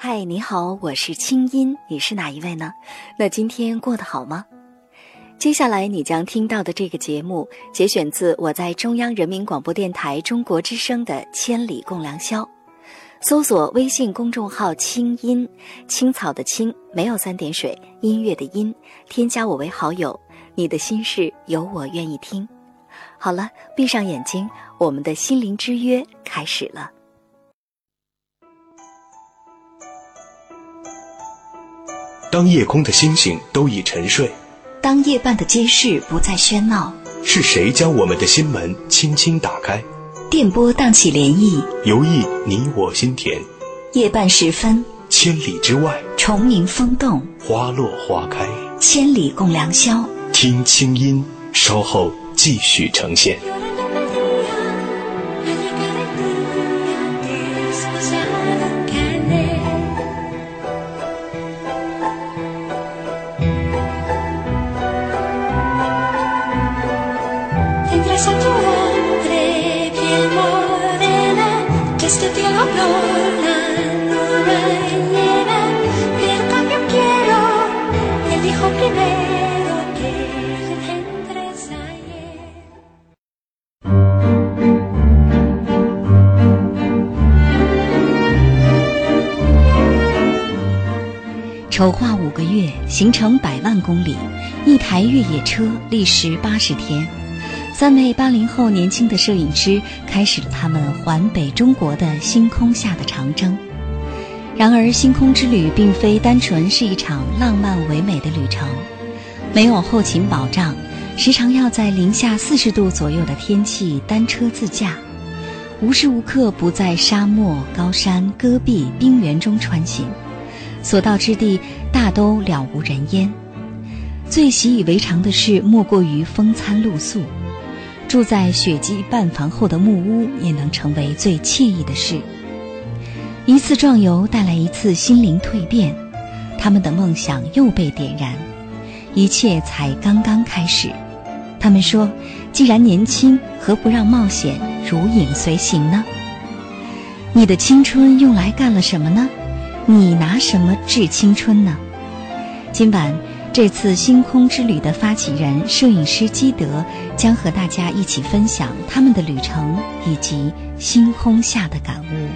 嗨，你好，我是清音，你是哪一位呢？那今天过得好吗？接下来你将听到的这个节目节选自我在中央人民广播电台中国之声的《千里共良宵》，搜索微信公众号清音，青草的青，没有3点水，音乐的音，添加我为好友，你的心事有我愿意听。好了，闭上眼睛，我们的心灵之约开始了。 当夜空的星星都已沉睡， 当夜半的街市不再喧闹， 是谁将我们的心门轻轻打开？ 电波荡起涟漪， 游弋你我心田。 夜半时分， 千里之外， 虫鸣风动， 花落花开， 千里共良宵。 听清音，稍后继续呈现。 筹划5个月，行程100万公里，一台越野车，历时80天。3位80后年轻的摄影师开始了他们环北中国的星空下的长征。然而，星空之旅并非单纯是一场浪漫唯美的旅程，没有后勤保障，时常要在零下40度左右的天气单车自驾，无时无刻不在沙漠、高山、戈壁、冰原中穿行。所到之地大都了无人烟，最习以为常的事莫过于风餐露宿，住在雪积半房后的木屋也能成为最惬意的事。一次壮游带来一次心灵蜕变，他们的梦想又被点燃，一切才刚刚开始。他们说，既然年轻，何不让冒险如影随形呢？你的青春用来干了什么呢？你拿什么治青春呢？今晚这次星空之旅的发起人摄影师基德将和大家一起分享他们的旅程以及星空下的感悟。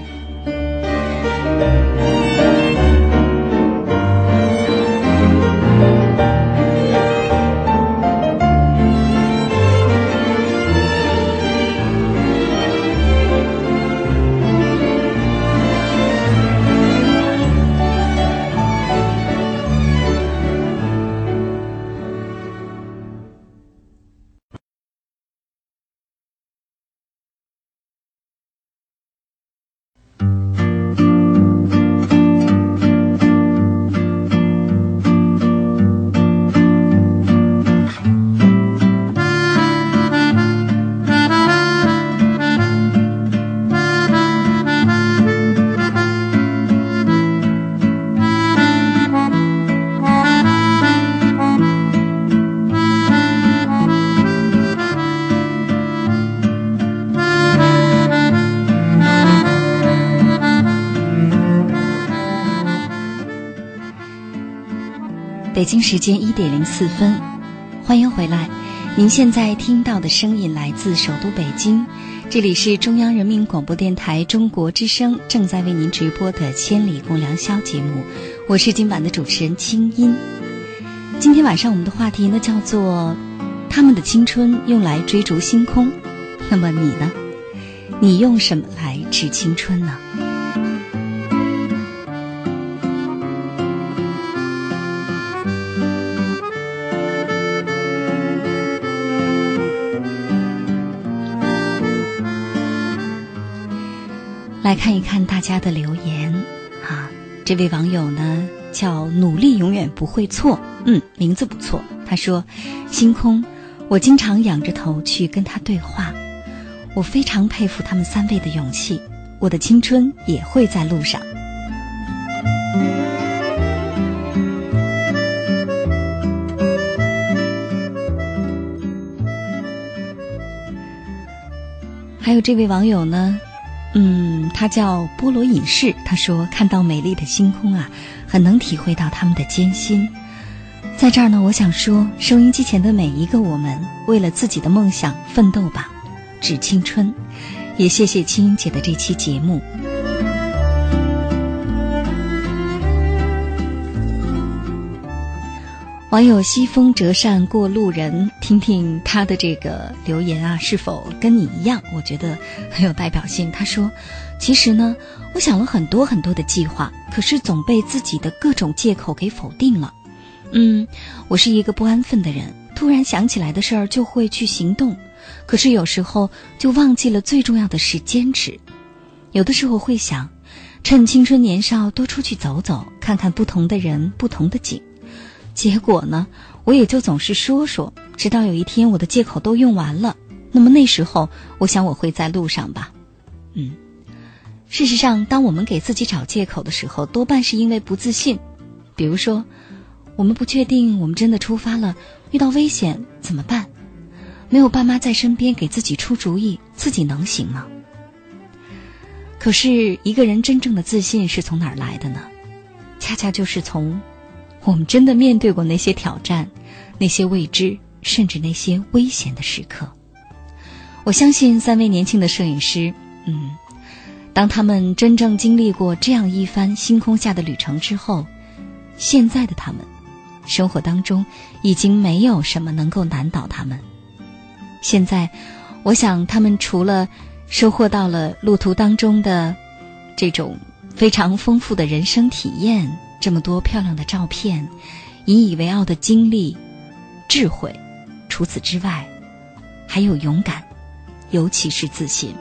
北京时间1点04分，欢迎回来。您现在听到的声音来自首都北京，这里是中央人民广播电台中国之声正在为您直播的《千里共良宵》节目，我是今晚的主持人清音。今天晚上我们的话题呢叫做他们的青春用来追逐星空，那么你呢？你用什么来治青春呢？来看一看大家的留言啊！这位网友呢叫努力永远不会错，名字不错。他说：星空，我经常仰着头去跟他对话，我非常佩服他们3位的勇气，我的青春也会在路上。还有这位网友呢他叫菠萝隐士，他说看到美丽的星空啊，很能体会到他们的艰辛。在这儿呢，我想说，收音机前的每一个我们，为了自己的梦想奋斗吧，致青春。也谢谢青音姐的这期节目。网友西风折扇过路人，听听他的这个留言啊，是否跟你一样？我觉得很有代表性。他说，其实呢，我想了很多很多的计划，可是总被自己的各种借口给否定了。我是一个不安分的人，突然想起来的事儿就会去行动，可是有时候就忘记了最重要的是坚持。有的时候会想，趁青春年少多出去走走，看看不同的人，不同的景。结果呢，我也就总是说说，直到有一天我的借口都用完了，那么那时候我想我会在路上吧。事实上，当我们给自己找借口的时候，多半是因为不自信。比如说，我们不确定我们真的出发了，遇到危险怎么办？没有爸妈在身边给自己出主意，自己能行吗？可是一个人真正的自信是从哪儿来的呢？恰恰就是从我们真的面对过那些挑战，那些未知，甚至那些危险的时刻。我相信3位年轻的摄影师，当他们真正经历过这样一番星空下的旅程之后，现在的他们，生活当中已经没有什么能够难倒他们。现在，我想他们除了收获到了路途当中的这种非常丰富的人生体验，这么多漂亮的照片，引以为傲的经历，智慧，除此之外，还有勇敢，尤其是自信。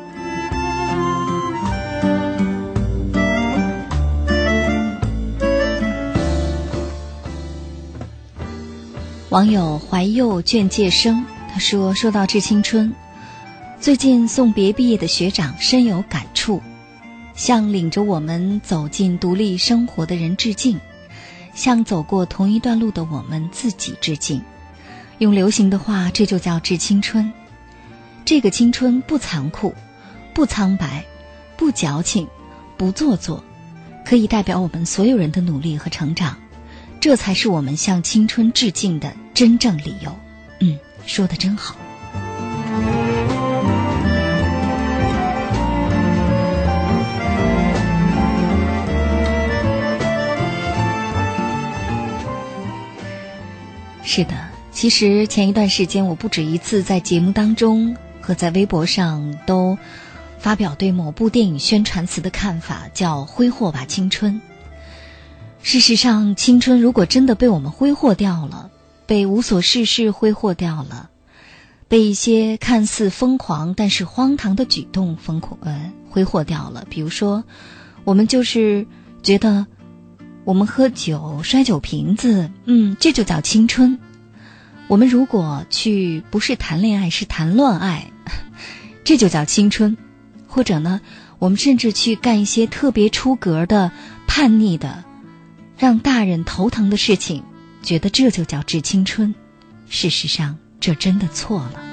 网友怀幼卷介生，他说，说到致青春，最近送别毕业的学长深有感触，向领着我们走进独立生活的人致敬，向走过同一段路的我们自己致敬。用流行的话，这就叫致青春。这个青春不残酷，不苍白，不矫情，不做作，可以代表我们所有人的努力和成长，这才是我们向青春致敬的真正理由。说得真好。是的，其实前一段时间我不止一次在节目当中和在微博上都发表对某部电影宣传词的看法，叫挥霍吧青春。事实上，青春如果真的被我们挥霍掉了，被无所事事挥霍掉了，被一些看似疯狂但是荒唐的举动挥霍掉了。比如说，我们就是觉得我们喝酒摔酒瓶子，这就叫青春。我们如果去不是谈恋爱是谈乱爱，这就叫青春。或者呢，我们甚至去干一些特别出格的叛逆的让大人头疼的事情，觉得这就叫致青春。事实上这真的错了。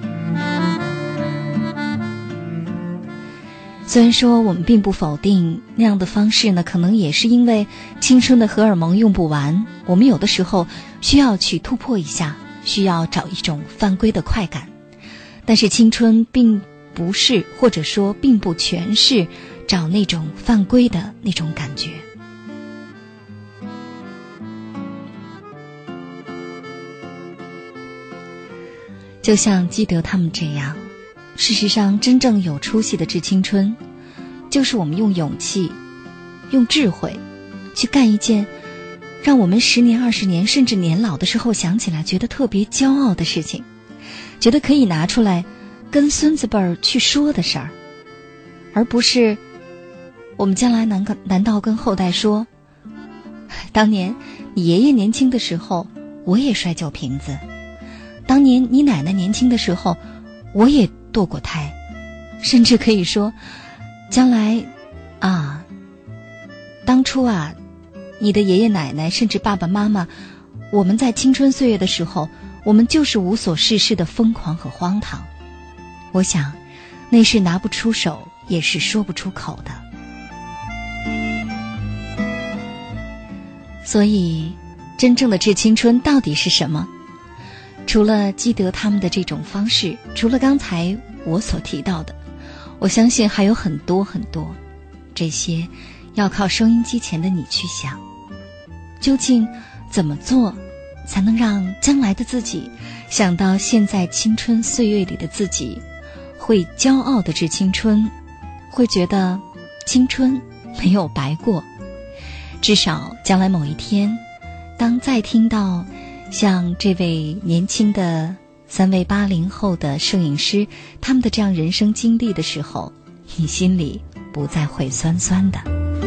虽然说我们并不否定那样的方式呢，可能也是因为青春的荷尔蒙用不完，我们有的时候需要去突破一下，需要找一种犯规的快感。但是青春并不是，或者说并不全是找那种犯规的那种感觉。就像基德他们这样，事实上真正有出息的致青春，就是我们用勇气，用智慧去干一件让我们10年20年甚至年老的时候想起来觉得特别骄傲的事情，觉得可以拿出来跟孙子辈儿去说的事儿，而不是我们将来难道跟后代说，当年你爷爷年轻的时候我也摔酒瓶子，当年你奶奶年轻的时候我也堕过胎，甚至可以说将来当初你的爷爷奶奶甚至爸爸妈妈，我们在青春岁月的时候，我们就是无所事事的疯狂和荒唐。我想那是拿不出手也是说不出口的。所以真正的致青春到底是什么？除了基德他们的这种方式，除了刚才我所提到的，我相信还有很多很多，这些要靠收音机前的你去想，究竟怎么做才能让将来的自己想到现在青春岁月里的自己，会骄傲的致青春，会觉得青春没有白过。至少将来某一天，当再听到像这位年轻的3位80后的摄影师他们的这样人生经历的时候，你心里不再会酸酸的。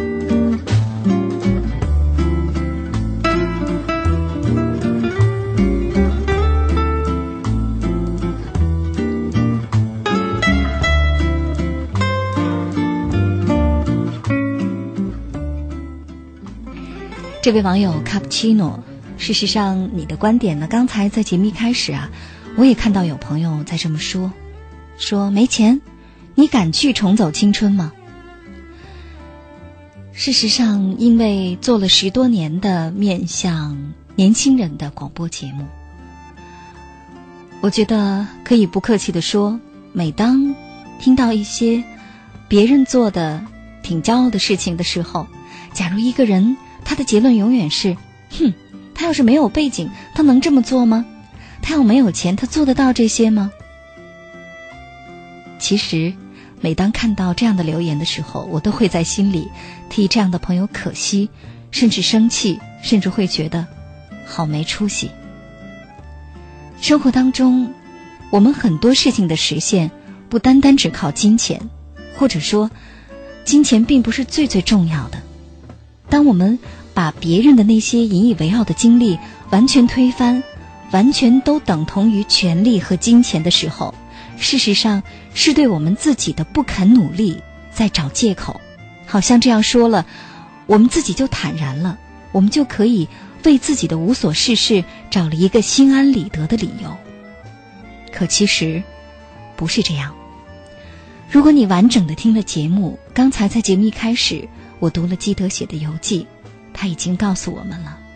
这位网友卡布奇诺，事实上你的观点呢，刚才在节目一开始啊，我也看到有朋友在这么说没钱，你敢去重走青春吗？事实上，因为做了10多年的面向年轻人的广播节目，我觉得可以不客气地说，每当听到一些别人做的挺骄傲的事情的时候，假如一个人他的结论永远是他要是没有背景，他能这么做吗？他要没有钱，他做得到这些吗？其实每当看到这样的留言的时候，我都会在心里替这样的朋友可惜，甚至生气，甚至会觉得好没出息。生活当中，我们很多事情的实现不单单只靠金钱，或者说金钱并不是最重要的。当我们把别人的那些引以为傲的经历完全推翻，完全都等同于权力和金钱的时候，事实上是对我们自己的不肯努力在找借口。好像这样说了，我们自己就坦然了，我们就可以为自己的无所事事找了一个心安理得的理由。可其实不是这样。如果你完整的听了节目，刚才在节目一开始我读了基德写的游记，他已经告诉我们了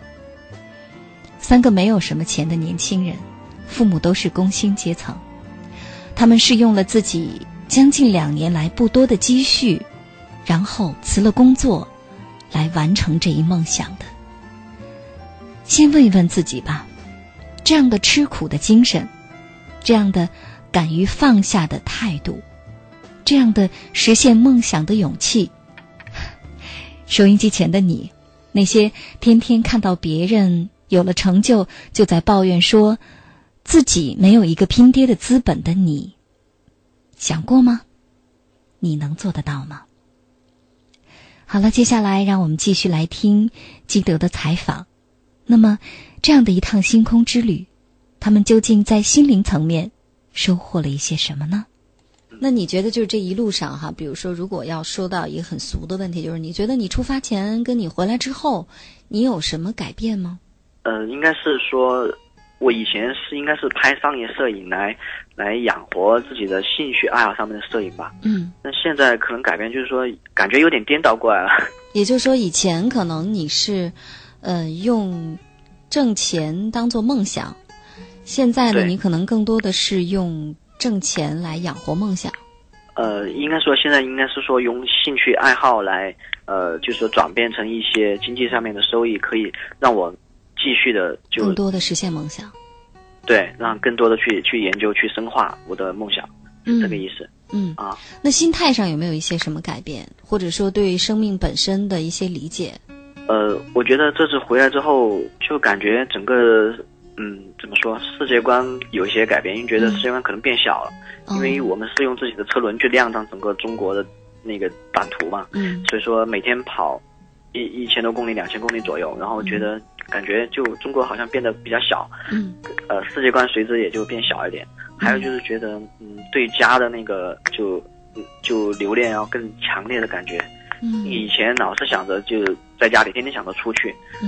，3个没有什么钱的年轻人，父母都是工薪阶层，他们是用了自己将近2年来不多的积蓄，然后辞了工作来完成这一梦想的。先问一问自己吧，这样的吃苦的精神，这样的敢于放下的态度，这样的实现梦想的勇气，收音机前的你，那些天天看到别人有了成就就在抱怨说自己没有一个拼爹的资本的你，想过吗？你能做得到吗？好了，接下来让我们继续来听基德的采访。那么这样的一趟星空之旅，他们究竟在心灵层面收获了一些什么呢？那你觉得就是这一路上哈，比如说如果要说到一个很俗的问题，就是你觉得你出发前跟你回来之后，你有什么改变吗？ 应该是说我以前应该是拍商业摄影来养活自己的兴趣爱好上面的摄影吧。那现在可能改变就是说感觉有点颠倒过来了。也就是说以前可能你是用挣钱当作梦想，现在呢你可能更多的是用挣钱来养活梦想。应该说现在应该是说用兴趣爱好来就是说转变成一些经济上面的收益，可以让我继续的就更多的实现梦想。对，让更多的去研究去深化我的梦想，是这个意思。那心态上有没有一些什么改变，或者说对生命本身的一些理解？我觉得这次回来之后就感觉整个怎么说，世界观有一些改变，因为觉得世界观可能变小了，因为我们是用自己的车轮去量上整个中国的那个版图嘛，所以说每天跑1000多公里2000公里左右，然后觉得感觉就中国好像变得比较小，世界观随之也就变小一点。还有就是觉得对家的那个就留恋要更强烈的感觉。以前老是想着就在家里天天想着出去，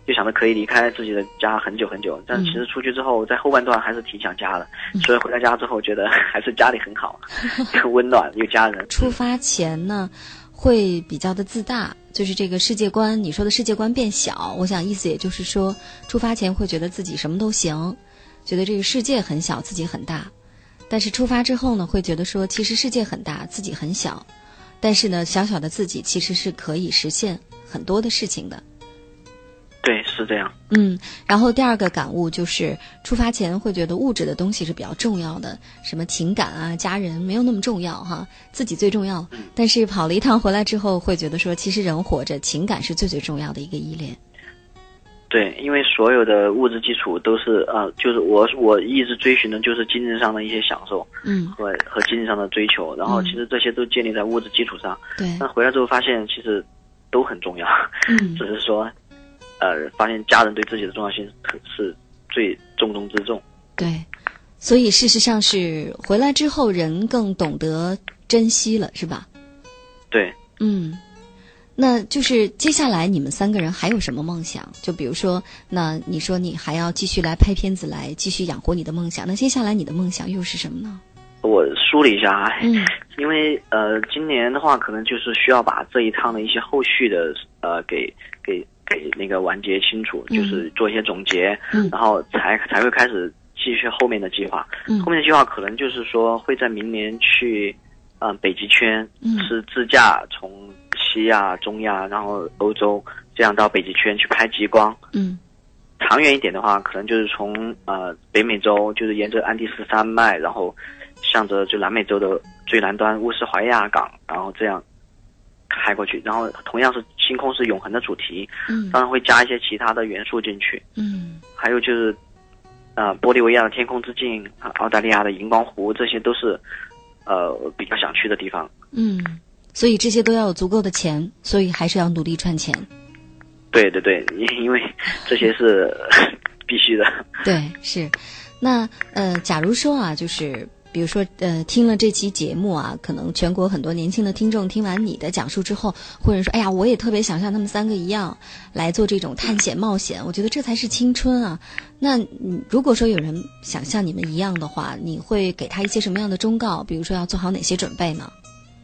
就想着可以离开自己的家很久很久，但其实出去之后，在后半段还是挺想家的，所以回到家之后觉得还是家里很好，又温暖有家人。 出发前呢会比较的自大，就是这个世界观，你说的世界观变小，我想意思也就是说出发前会觉得自己什么都行，觉得这个世界很小，自己很大，但是出发之后呢会觉得说其实世界很大，自己很小，但是呢小小的自己其实是可以实现很多的事情的。 对，是这样。 然后第二个感悟就是出发前会觉得物质的东西是比较重要的，什么情感啊家人没有那么重要哈，自己最重要。但是跑了一趟回来之后会觉得说其实人活着情感是最最重要的一个依恋。 对，因为所有的物质基础都是就是我一直追寻的就是精神上的一些享受，和精神上的追求，然后其实这些都建立在物质基础上。 对， 但回来之后发现其实都很重要，只是说发现家人对自己的重要性是最重中之重。 对，所以事实上是回来之后人更懂得珍惜了，是吧？ 对。 那就是接下来你们3个人还有什么梦想？就比如说，那你说你还要继续来拍片子，来继续养活你的梦想，那接下来你的梦想又是什么呢？ 我梳理一下因为今年的话可能就是需要把这一趟的一些后续的给那个完结清楚，就是做一些总结，然后才会开始继续后面的计划。后面的计划可能就是说会在明年去北极圈，是自驾从西亚、中亚，然后欧洲这样到北极圈去拍极光。长远一点的话，可能就是从北美洲，就是沿着安第斯山脉，然后向着就南美洲的最南端乌斯怀亚港，然后这样开过去，然后同样是星空是永恒的主题，当然会加一些其他的元素进去。还有就是玻利维亚的天空之镜，澳大利亚的荧光湖，这些都是比较想去的地方。 所以这些都要有足够的钱，所以还是要努力赚钱。 对对对，因为这些是必须的。 对，是。那假如说啊，就是比如说听了这期节目啊，可能全国很多年轻的听众听完你的讲述之后，或者说哎呀我也特别想像他们3个一样来做这种探险冒险，我觉得这才是青春啊。那如果说有人想像你们一样的话，你会给他一些什么样的忠告，比如说要做好哪些准备呢？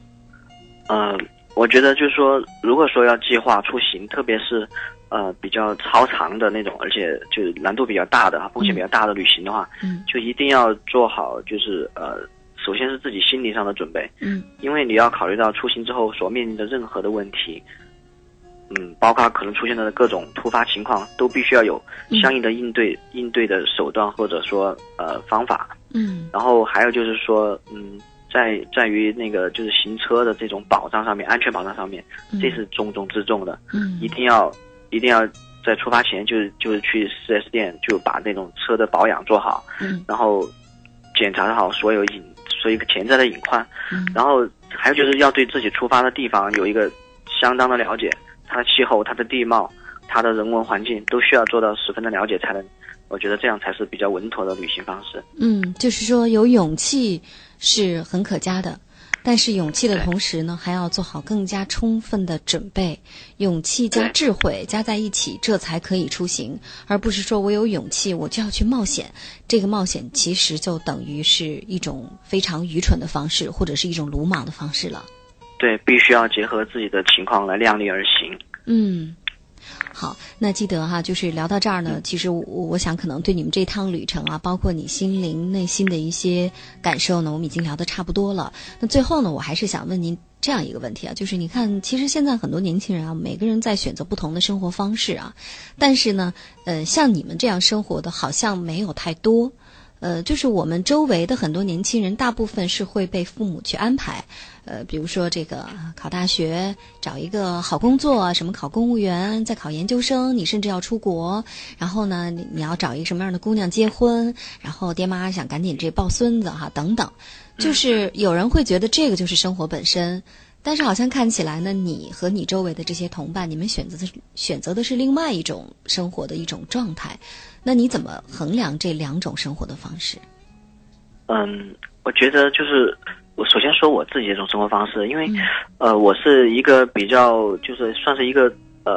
我觉得就是说，如果说要计划出行，特别是比较超长的那种，而且就是难度比较大的、风险比较大的旅行的话，就一定要做好，就是首先是自己心理上的准备，因为你要考虑到出行之后所面临的任何的问题，包括可能出现的各种突发情况，都必须要有相应的应对的手段或者说方法，然后还有就是说，在于那个就是行车的这种保障上面，安全保障上面，这是重中之重的。一定要在出发前就是去 4S 店就把那种车的保养做好，然后检查好所有潜在的隐患，然后还有就是要对自己出发的地方有一个相当的了解，它的气候、它的地貌、它的人文环境都需要做到十分的了解，才能，我觉得这样才是比较稳妥的旅行方式。 就是说有勇气是很可嘉的，但是勇气的同时呢，还要做好更加充分的准备，勇气加智慧加在一起，这才可以出行，而不是说我有勇气我就要去冒险，这个冒险其实就等于是一种非常愚蠢的方式，或者是一种鲁莽的方式了。 对，必须要结合自己的情况来量力而行。 好，那记得哈，就是聊到这儿呢，其实我想可能对你们这趟旅程啊，包括你心灵内心的一些感受呢，我们已经聊得差不多了。那最后呢，我还是想问您这样一个问题啊，就是你看，其实现在很多年轻人啊，每个人在选择不同的生活方式啊，但是呢，像你们这样生活的好像没有太多。就是我们周围的很多年轻人，大部分是会被父母去安排，比如说这个考大学，找一个好工作，什么考公务员，再考研究生，你甚至要出国，然后呢，你要找一个什么样的姑娘结婚，然后爹妈想赶紧这抱孙子哈，等等，就是有人会觉得这个就是生活本身。但是好像看起来呢，你和你周围的这些同伴，你们选择的是另外一种生活的一种状态。那你怎么衡量这2种生活的方式？ 我觉得就是我首先说我自己这种生活方式，因为我是一个比较就是算是一个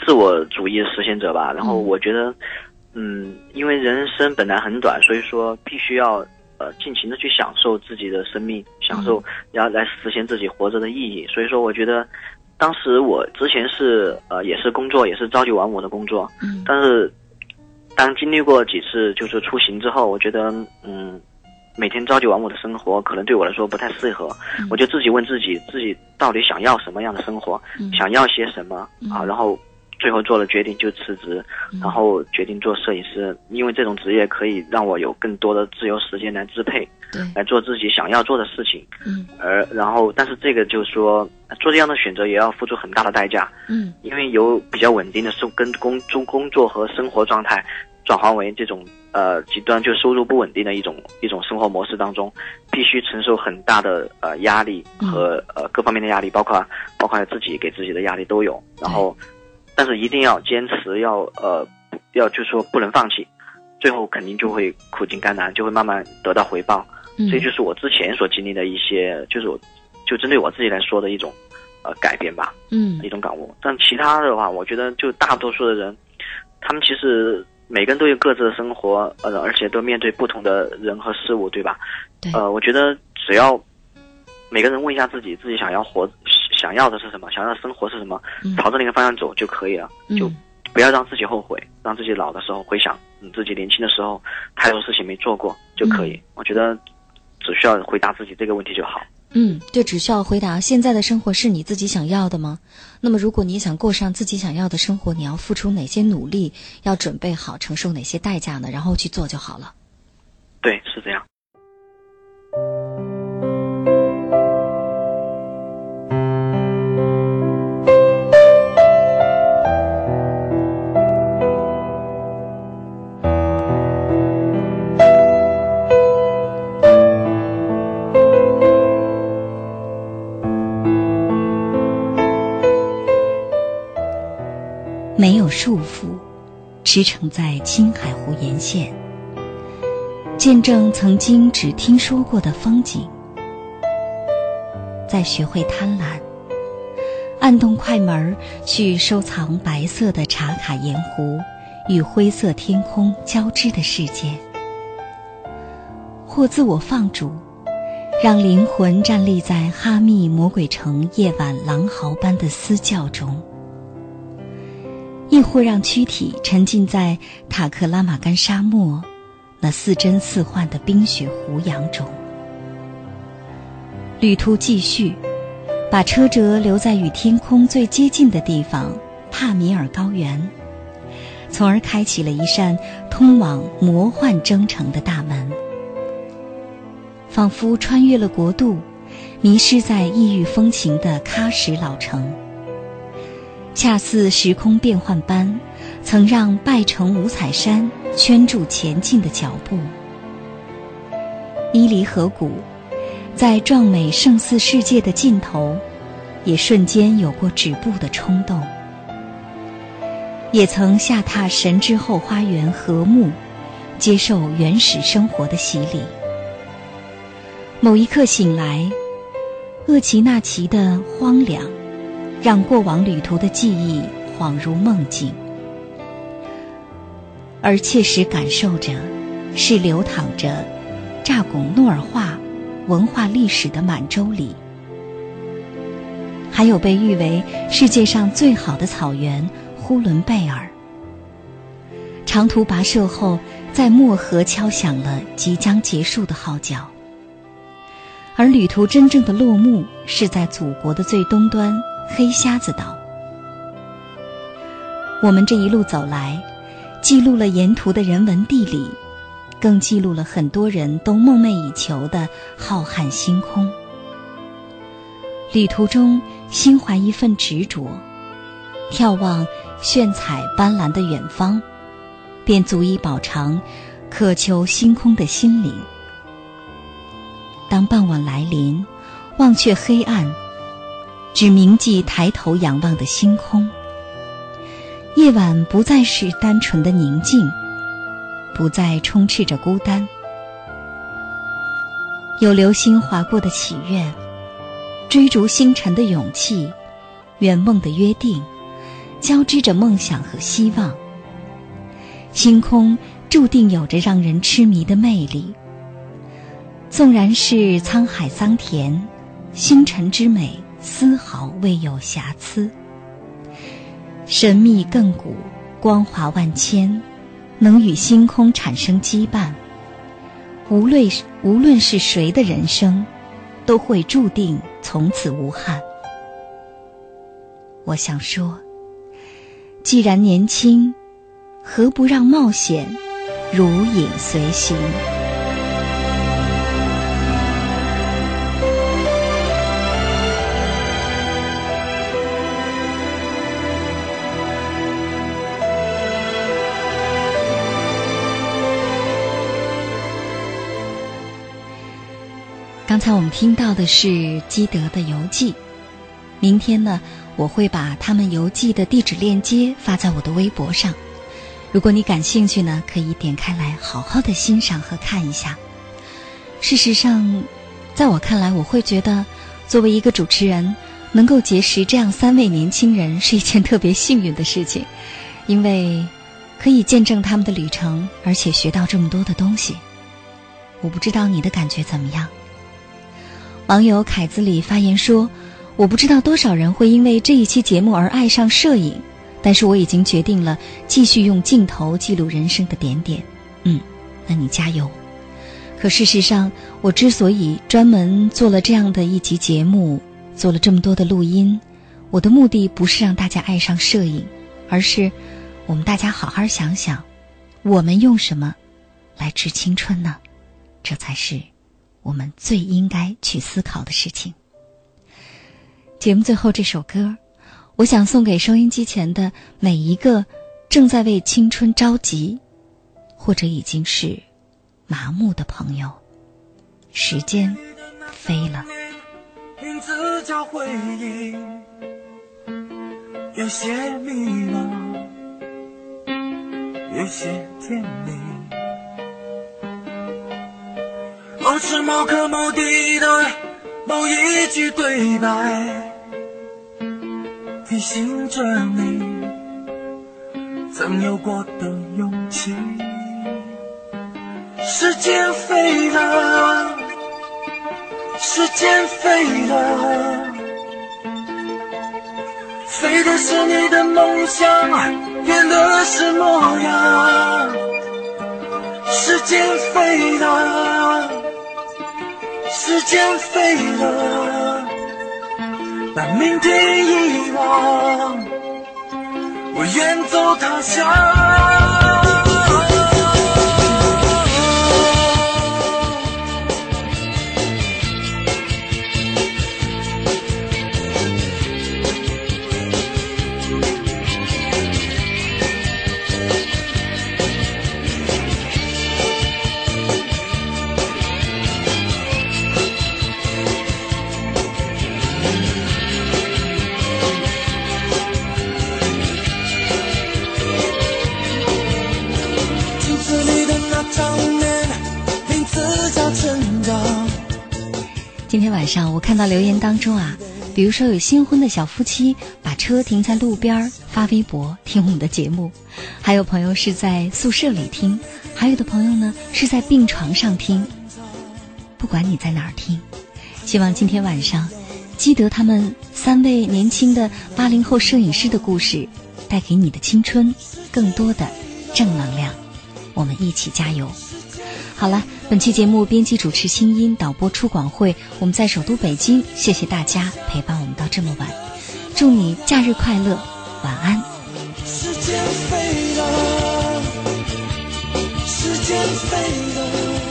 自我主义实现者吧。然后我觉得，因为人生本来很短，所以说必须要尽情的去享受自己的生命，享受要来实现自己活着的意义。所以说，我觉得当时我之前是也是工作，也是朝九晚五的工作，但是当经历过几次就是出行之后，我觉得每天朝九晚五的生活可能对我来说不太适合，我就自己问自己到底想要什么样的生活，想要些什么啊，然后最后做了决定就辞职，然后决定做摄影师，因为这种职业可以让我有更多的自由时间来支配，来做自己想要做的事情。然后但是这个就是说做这样的选择也要付出很大的代价，因为由比较稳定的跟工作和生活状态转换为这种极端就收入不稳定的一种生活模式当中，必须承受很大的压力和各方面的压力，包括自己给自己的压力都有。然后但是一定要坚持，要就是说不能放弃，最后肯定就会苦尽甘来，就会慢慢得到回报。所以就是我之前所经历的一些，就针对我自己来说的一种改变吧，一种感悟。但其他的话，我觉得就大多数的人，他们其实每个人都有各自的生活，而且都面对不同的人和事物，对吧？ 对。 我觉得只要每个人问一下自己想要的是什么，想要的生活是什么，朝着那个方向走就可以了，就不要让自己后悔，让自己老的时候回想自己年轻的时候太多事情没做过就可以。我觉得只需要回答自己这个问题就好。 就只需要回答现在的生活是你自己想要的吗？那么如果你想过上自己想要的生活，你要付出哪些努力，要准备好承受哪些代价呢？然后去做就好了。 对，是这样。 没有束缚，驰骋在青海湖沿线，见证曾经只听说过的风景，再学会贪婪，按动快门去收藏白色的茶卡盐湖与灰色天空交织的世界，或自我放逐，让灵魂站立在哈密魔鬼城夜晚狼嚎般的嘶叫中，亦或让躯体沉浸在塔克拉玛干沙漠那似真似幻的冰雪胡杨中。旅途继续，把车辙留在与天空最接近的地方帕米尔高原，从而开启了一扇通往魔幻征程的大门，仿佛穿越了国度，迷失在异域风情的喀什老城，恰似时空变幻般，曾让拜城五彩山圈住前进的脚步。伊犁河谷在壮美胜似世界的尽头，也瞬间有过止步的冲动，也曾下榻神之后花园和睦，接受原始生活的洗礼。某一刻醒来，厄齐纳旗的荒凉让过往旅途的记忆恍如梦境，而切实感受着是流淌着扎贡诺尔话文化历史的满洲里，还有被誉为世界上最好的草原呼伦贝尔。长途跋涉后，在漠河敲响了即将结束的号角，而旅途真正的落幕是在祖国的最东端黑瞎子岛。我们这一路走来，记录了沿途的人文地理，更记录了很多人都梦寐以求的浩瀚星空。旅途中心怀一份执着，眺望炫彩斑斓的远方，便足以饱尝渴求星空的心灵。当傍晚来临，忘却黑暗，只铭记抬头仰望的星空，夜晚不再是单纯的宁静，不再充斥着孤单，有流星划过的祈愿，追逐星辰的勇气，圆梦的约定， 交织着梦想和希望。星空注定有着让人痴迷的魅力，纵然是沧海桑田，星辰之美丝毫未有瑕疵。神秘亘古，光华万千，能与星空产生羁绊。无论是谁的人生，都会注定从此无憾。我想说，既然年轻，何不让冒险如影随形？刚才我们听到的是基德的游记，明天呢，我会把他们游记的地址链接发在我的微博上，如果你感兴趣呢，可以点开来好好的欣赏和看一下。事实上，在我看来，我会觉得作为一个主持人，能够结识这样3位年轻人是一件特别幸运的事情，因为可以见证他们的旅程，而且学到这么多的东西。我不知道你的感觉怎么样。网友凯子里发言说，我不知道多少人会因为这一期节目而爱上摄影，但是我已经决定了继续用镜头记录人生的点点。那你加油。可事实上，我之所以专门做了这样的一集节目，做了这么多的录音，我的目的不是让大家爱上摄影，而是我们大家好好想想，我们用什么来致青春呢？这才是我们最应该去思考的事情。节目最后这首歌，我想送给收音机前的每一个正在为青春着急，或者已经是麻木的朋友。时间飞了， 名字叫回忆，有些迷茫，有些甜蜜。某时某刻某地的某一句对白，提醒着你曾有过的勇气。时间飞了，时间飞了，飞的是你的梦想，变的是模样。时间飞了，时间飞了，把明天遗忘，我远走他乡。 今天晚上我看到留言当中啊，比如说有新婚的小夫妻把车停在路边发微博听我们的节目，还有朋友是在宿舍里听，还有的朋友呢是在病床上听。不管你在哪儿听，希望今天晚上基德他们3位年轻的80后摄影师的故事带给你的青春更多的正能量，我们一起加油。好了，本期节目编辑主持清音，导播出广会，我们在首都北京，谢谢大家陪伴我们到这么晚，祝你假日快乐，晚安。 时间飞了，时间飞了，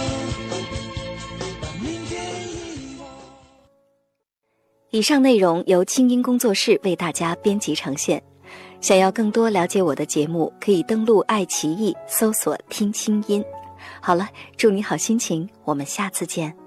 把明天遗忘。 以上内容由清音工作室为大家编辑呈现。想要更多了解我的节目，可以登录爱奇艺搜索听清音。好了，祝你好心情，我们下次见。